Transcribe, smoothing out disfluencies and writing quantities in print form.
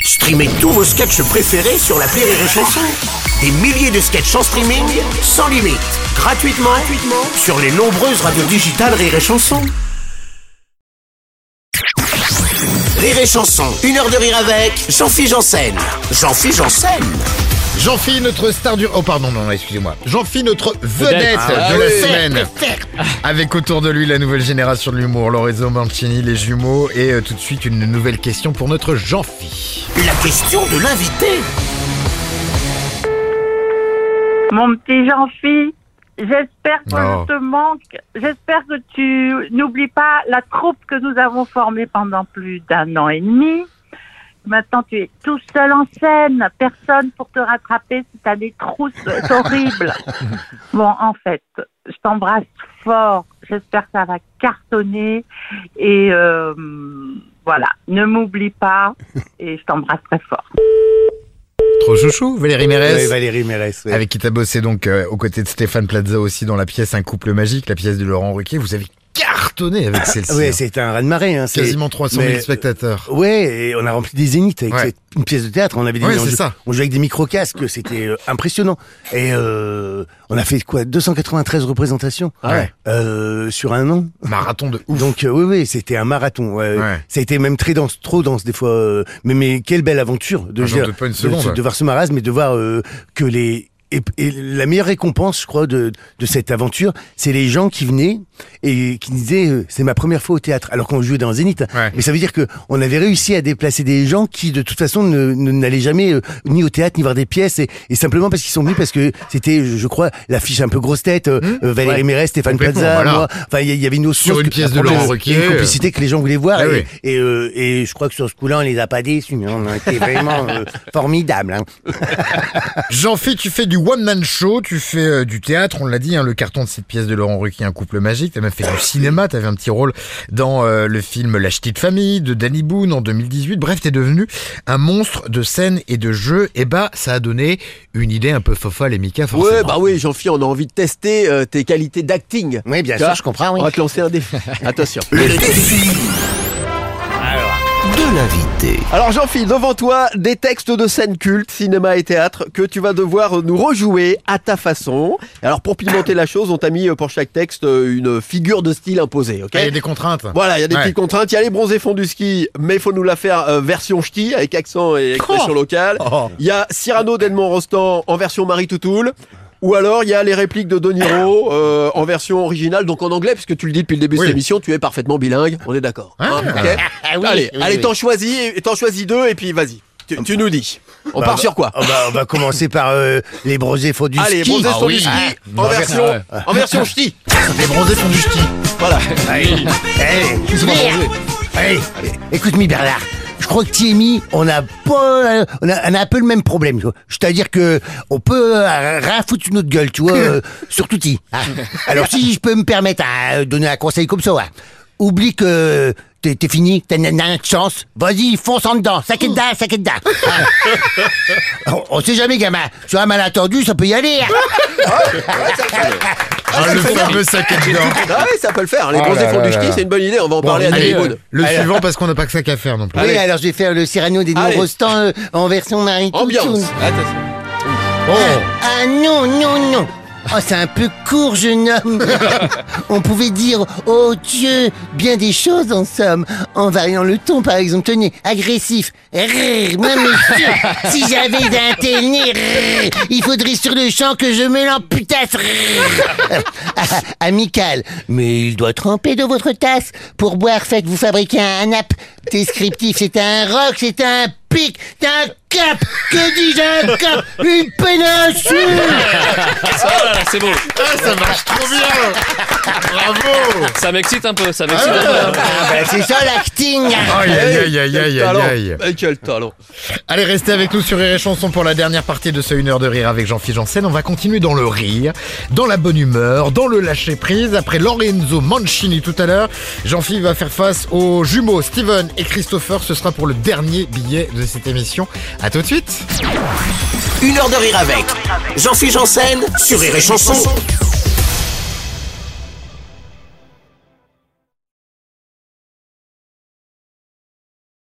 Streamez tous vos sketchs préférés sur l'appli Rire et Chanson. Des milliers de sketchs en streaming, sans limite, gratuitement sur les nombreuses radios digitales Rire et Chanson. Rire et Chanson, 1 heure de rire avec Jean-Philippe Janssen. Jean-Philippe Janssen. Jean-Philippe, notre star du... Oh pardon, non, excusez-moi. Jean-Philippe, notre vedette de la semaine. Avec autour de lui la nouvelle génération de l'humour, Lorenzo Mancini, les jumeaux. Et tout de suite, une nouvelle question pour notre Jean-Philippe. La question de l'invité. Mon petit Jean-Philippe, j'espère que je te manque. J'espère que tu n'oublies pas la troupe que nous avons formée pendant plus d'1 an et demi. Maintenant, tu es tout seul en scène. Personne pour te rattraper si t'as des trousses. C'est horrible. Bon, en fait, je t'embrasse fort. J'espère que ça va cartonner. Et voilà, ne m'oublie pas. Et je t'embrasse très fort. Trop chouchou, Valérie Mérès. Oui, Valérie Mérès. Oui. Avec qui t'as bossé donc aux côtés de Stéphane Plaza aussi dans la pièce Un couple magique, la pièce de Laurent Ruquier. Vous avez cartonné avec celle-ci. Oui, c'est un raz-de-marée. Hein. Quasiment 300 000 spectateurs. Ouais, et on a rempli des zéniths avec une pièce de théâtre. On avait des on jouait avec des micro-casques, c'était impressionnant. Et on a fait quoi, 293 représentations sur 1 an. Marathon de ouf. Donc oui, c'était un marathon. Ça a été même très dense, trop dense des fois. Mais quelle belle aventure de voir ce marasme, mais de voir que les... Et la meilleure récompense, je crois, de cette aventure, c'est les gens qui venaient et qui disaient c'est ma première fois au théâtre, alors qu'on jouait dans un Zénith. Mais ça veut dire que on avait réussi à déplacer des gens qui, de toute façon, n'allaient jamais ni au théâtre ni voir des pièces, et simplement parce qu'ils sont venus, parce que c'était, je crois, l'affiche un peu grosse tête, Valérie Mérès, Stéphane Plaza, moi. Enfin, il y avait une notion sur une pièce de Laurent Ruquier, une complicité que les gens voulaient voir. Et je crois que sur ce coup-là, on les a pas déçus. On a été vraiment formidables. Hein. Jean-Philippe, tu fais du one-man show, tu fais du théâtre, on l'a dit, le carton de cette pièce de Laurent Ruquier, Un couple magique. T'as même fait du cinéma, t'avais un petit rôle dans le film La Ch'tite Famille de Danny Boone en 2018. Bref, t'es devenu un monstre de scène et de jeu. Et ça a donné une idée un peu fofolle, et Mika, forcément. Oui, Jean-Philippe, on a envie de tester tes qualités d'acting. Oui, bien sûr, je comprends, oui. On va te lancer un défi. Attention. Le défi de l'invité. Alors Jean-Philippe, devant toi, des textes de scènes cultes, cinéma et théâtre, que tu vas devoir nous rejouer à ta façon. Alors pour pimenter la chose, on t'a mis pour chaque texte une figure de style imposée, ok ? Il y a des contraintes. Voilà, il y a des petites contraintes. Il y a les bronzés fonds du ski, mais il faut nous la faire version ch'ti, avec accent et expression locale. Il y a Cyrano d'Edmond Rostand en version Marie Toutoul. Ou alors, il y a les répliques de De Niro en version originale, donc en anglais, puisque tu le dis depuis le début de cette émission, tu es parfaitement bilingue, on est d'accord. Okay. Allez, t'en choisis 2 et puis vas-y. Tu nous dis. On part sur quoi ? On va commencer par les bronzés fonds du ski. Allez, bronzés fonds du ski en version ch'ti. Les bronzés fonds du ski. Voilà. Allez, écoute-moi Bernard. Je crois que Thierry, on a un peu le même problème. C'est-à-dire que on peut rien foutre sur notre gueule, tu vois, surtout Thierry. Alors si je peux me permettre à donner un conseil comme ça, oublie que t'es fini, t'as une chance. Vas-y, fonce en dedans, sac et dedans. On sait jamais, gamin. Sur un malentendu, ça peut y aller. Le fameux sac à dedans. Ah oui, ça peut le faire. Les bronzés fonds du ski, c'est une bonne idée. On va en parler à Danny Boone. Le suivant, parce qu'on n'a pas que ça qu'à faire non plus. Oui, alors je vais faire le Cyrano d'Edmond Rostand en version Marie Toutoul. Ambiance. Ah non. Oh, c'est un peu court, jeune homme. On pouvait dire, oh Dieu, bien des choses en somme. En variant le ton, par exemple, tenez, agressif. Moi, monsieur, si j'avais un tel nez, il faudrait sur le champ que je me l'amputasse. Amical, mais il doit tremper de votre tasse. Pour boire, faites-vous fabriquer un nappe. Descriptif, c'est un roc, c'est un pic, c'est un cap. Que dis-je, un cap? Une péninsule. C'est beau. Ça marche trop bien. Bravo. Ça m'excite un peu, c'est ça l'acting. Aïe. Quel talent. Allez, restez avec nous sur Rire et Chanson pour la dernière partie de ce 1 heure de rire avec Jean-Philippe Janssen. On va continuer dans le rire, dans la bonne humeur, dans le lâcher prise. Après Lorenzo Mancini tout à l'heure, Jean-Philippe va faire face aux jumeaux Steven et Christopher. Ce sera pour le dernier billet de cette émission. À tout de suite. 1 heure de rire avec Jean-Philippe Janssen sur Rire et Chanson.